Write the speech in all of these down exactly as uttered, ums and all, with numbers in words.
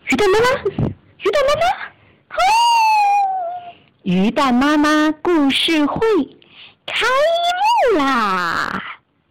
鱼蛋妈妈，鱼蛋妈妈，哦！鱼蛋妈妈故事会开幕啦！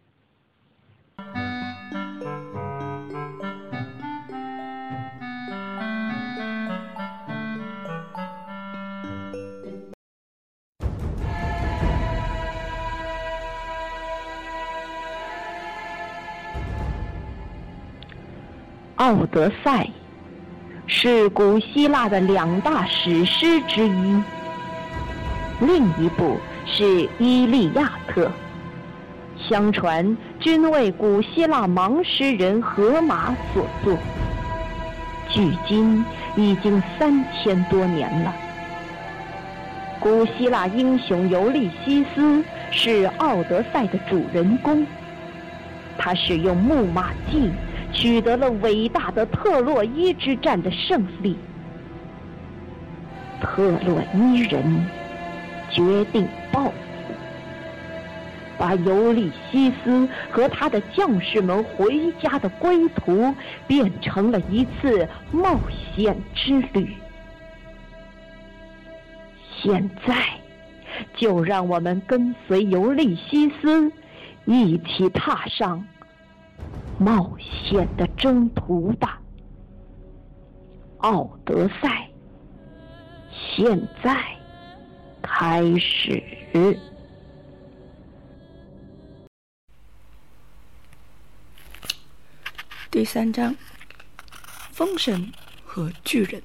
奥德赛是古希腊的两大史诗之一，另一部是《伊利亚特》，相传均为古希腊盲诗人荷马所作，距今已经三千多年了。古希腊英雄尤利西斯是奥德赛的主人公，他使用木马计取得了伟大的特洛伊之战的胜利。特洛伊人决定报复，把尤利西斯和他的将士们回家的归途变成了一次冒险之旅。现在，就让我们跟随尤利西斯一起踏上冒险的征途吧。奥德赛现在开始。 第三章，风神和巨人。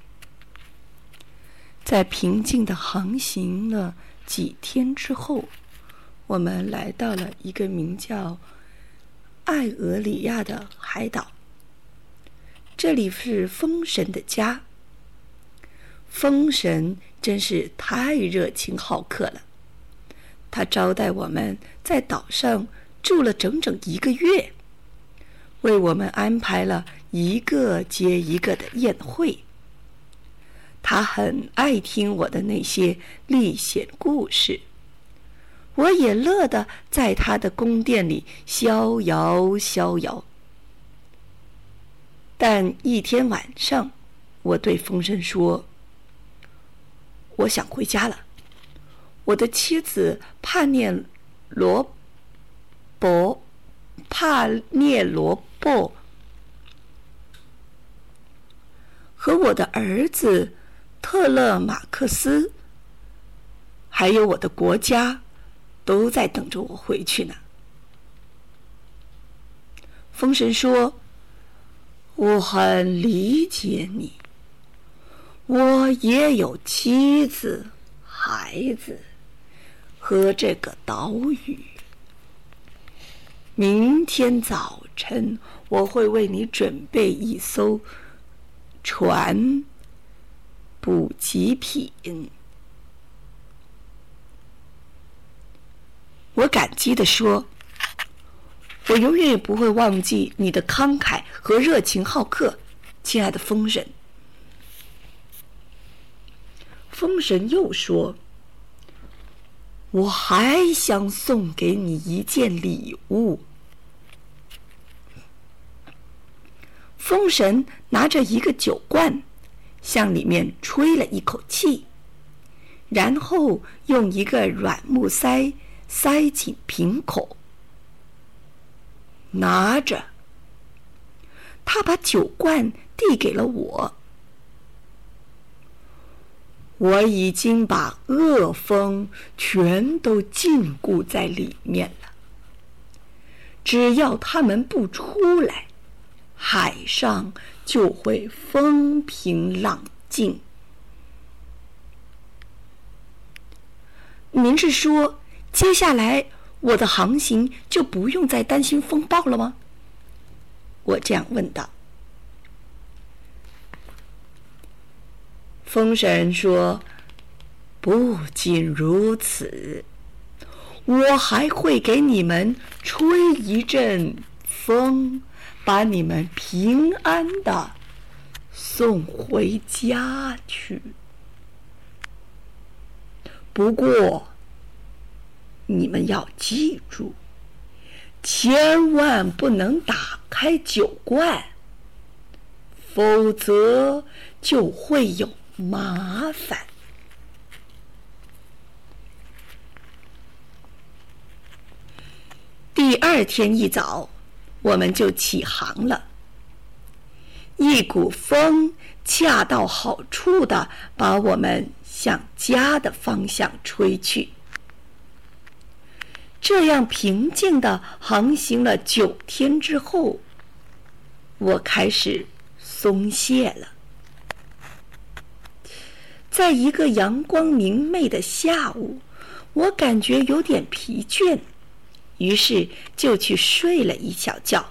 在平静地航行了几天之后，我们来到了一个名叫艾俄里亚的海岛，这里是风神的家。风神真是太热情好客了，他招待我们在岛上住了整整一个月，为我们安排了一个接一个的宴会。他很爱听我的那些历险故事，我也乐得在他的宫殿里逍遥逍遥。但一天晚上，我对风神说：“我想回家了。我的妻子帕涅罗伯帕涅罗伯和我的儿子特勒马克斯，还有我的国家，都在等着我回去呢。”风神说：“我很理解你，我也有妻子、孩子和这个岛屿。明天早晨我会为你准备一艘船补给品。”我感激地说：“我永远也不会忘记你的慷慨和热情好客，亲爱的风神。”风神又说：“我还想送给你一件礼物。”风神拿着一个酒罐，向里面吹了一口气，然后用一个软木塞塞进瓶口。拿着，他把酒罐递给了我。我已经把恶风全都禁锢在里面了，只要他们不出来，海上就会风平浪静。您是说，接下来我的航行就不用再担心风暴了吗？我这样问道。风神说：“不仅如此，我还会给你们吹一阵风，把你们平安地送回家去。不过，你们要记住，千万不能打开酒罐， 否则就会有麻烦。第二天一早，我们就起航了。一股风恰到好处地把我们向家的方向吹去。这样平静地航行了九天之后，我开始松懈了。在一个阳光明媚的下午，我感觉有点疲倦，于是就去睡了一小觉。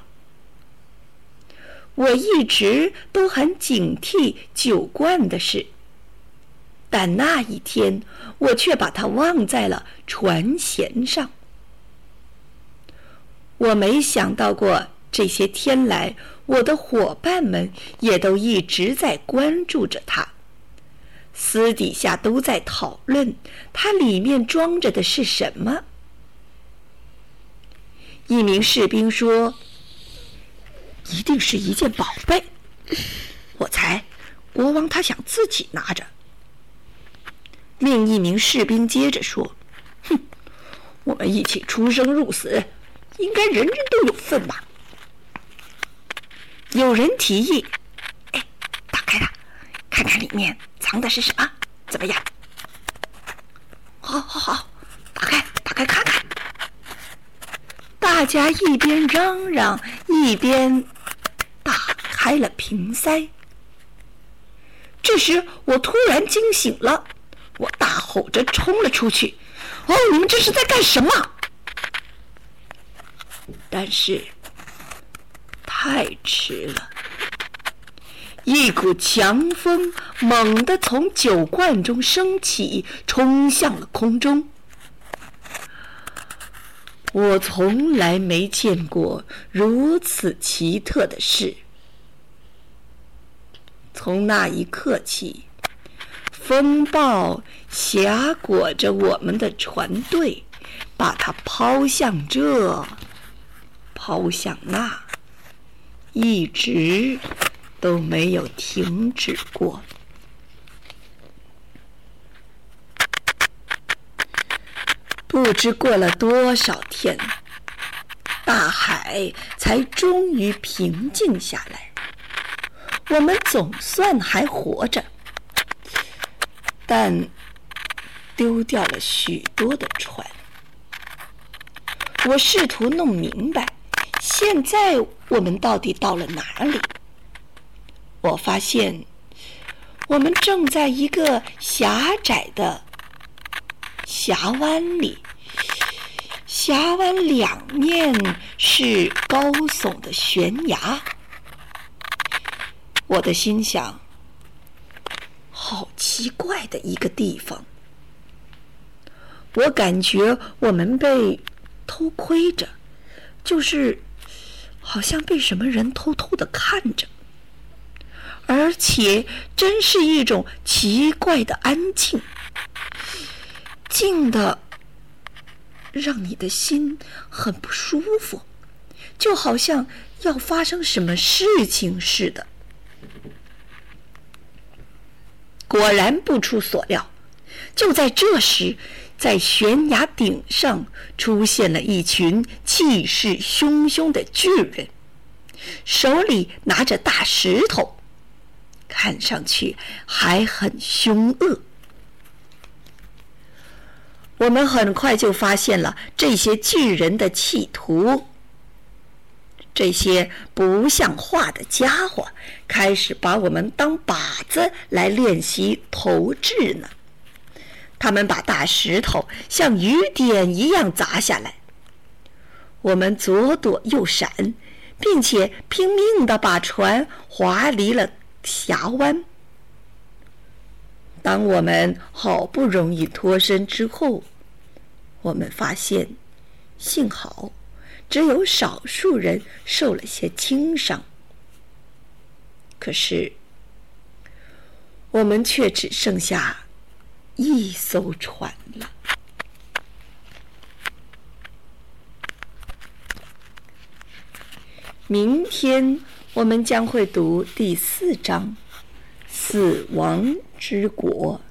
我一直都很警惕酒罐的事，但那一天我却把它忘在了船舷上。我没想到过这些天来，我的伙伴们也都一直在关注着它，私底下都在讨论它里面装着的是什么。一名士兵说，一定是一件宝贝，我猜国王他想自己拿着。另一名士兵接着说，哼，我们一起出生入死，应该人人都有份吧。有人提议，哎，打开它，看看里面藏的是什么，怎么样？好好好，打开打开看看。大家一边嚷嚷，一边打开了瓶塞。这时我突然惊醒了，我大吼着冲了出去，哦，你们这是在干什么？但是太迟了，一股强风猛地从酒罐中升起，冲向了空中。我从来没见过如此奇特的事。从那一刻起，风暴挟裹着我们的船队，把它抛向这，抛向那，一直都没有停止过。不知过了多少天，大海才终于平静下来。我们总算还活着，但丢掉了许多的船。我试图弄明白，现在我们到底到了哪里？我发现，我们正在一个狭窄的峡湾里，峡湾两面是高耸的悬崖。我的心想，好奇怪的一个地方。我感觉我们被偷窥着，就是好像被什么人偷偷地看着，而且真是一种奇怪的安静，静的让你的心很不舒服，就好像要发生什么事情似的。果然不出所料，就在这时，在悬崖顶上出现了一群气势汹汹的巨人，手里拿着大石头，看上去还很凶恶。我们很快就发现了这些巨人的企图。这些不像话的家伙开始把我们当靶子来练习投掷呢。他们把大石头像雨点一样砸下来，我们左躲右闪，并且拼命地把船划离了峡湾。当我们好不容易脱身之后，我们发现，幸好只有少数人受了些轻伤，可是我们却只剩下一艘船了。明天我们将会读第四章《死亡之国》。